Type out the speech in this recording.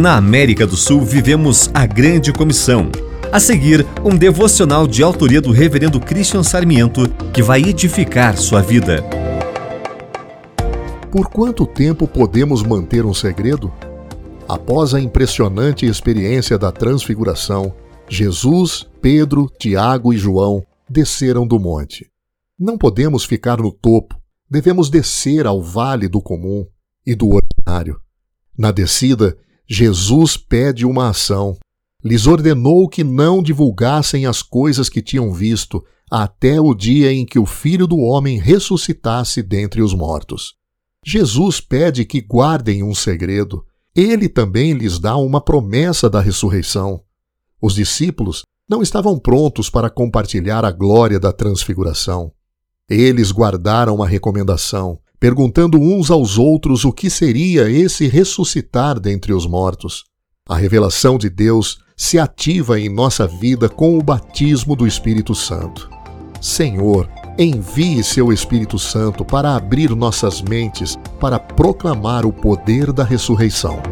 Na América do Sul vivemos a Grande Comissão. A seguir, um devocional de autoria do reverendo Christian Sarmiento que vai edificar sua vida. Por quanto tempo podemos manter um segredo? Após a impressionante experiência da transfiguração, Jesus, Pedro, Tiago e João desceram do monte. Não podemos ficar no topo, devemos descer ao vale do comum e do ordinário. Na descida, Jesus pede uma ação. Lhes ordenou que não divulgassem as coisas que tinham visto até o dia em que o Filho do Homem ressuscitasse dentre os mortos. Jesus pede que guardem um segredo. Ele também lhes dá uma promessa da ressurreição. Os discípulos não estavam prontos para compartilhar a glória da transfiguração. Eles guardaram a recomendação, perguntando uns aos outros o que seria esse ressuscitar dentre os mortos. A revelação de Deus se ativa em nossa vida com o batismo do Espírito Santo. Senhor, envie seu Espírito Santo para abrir nossas mentes para proclamar o poder da ressurreição.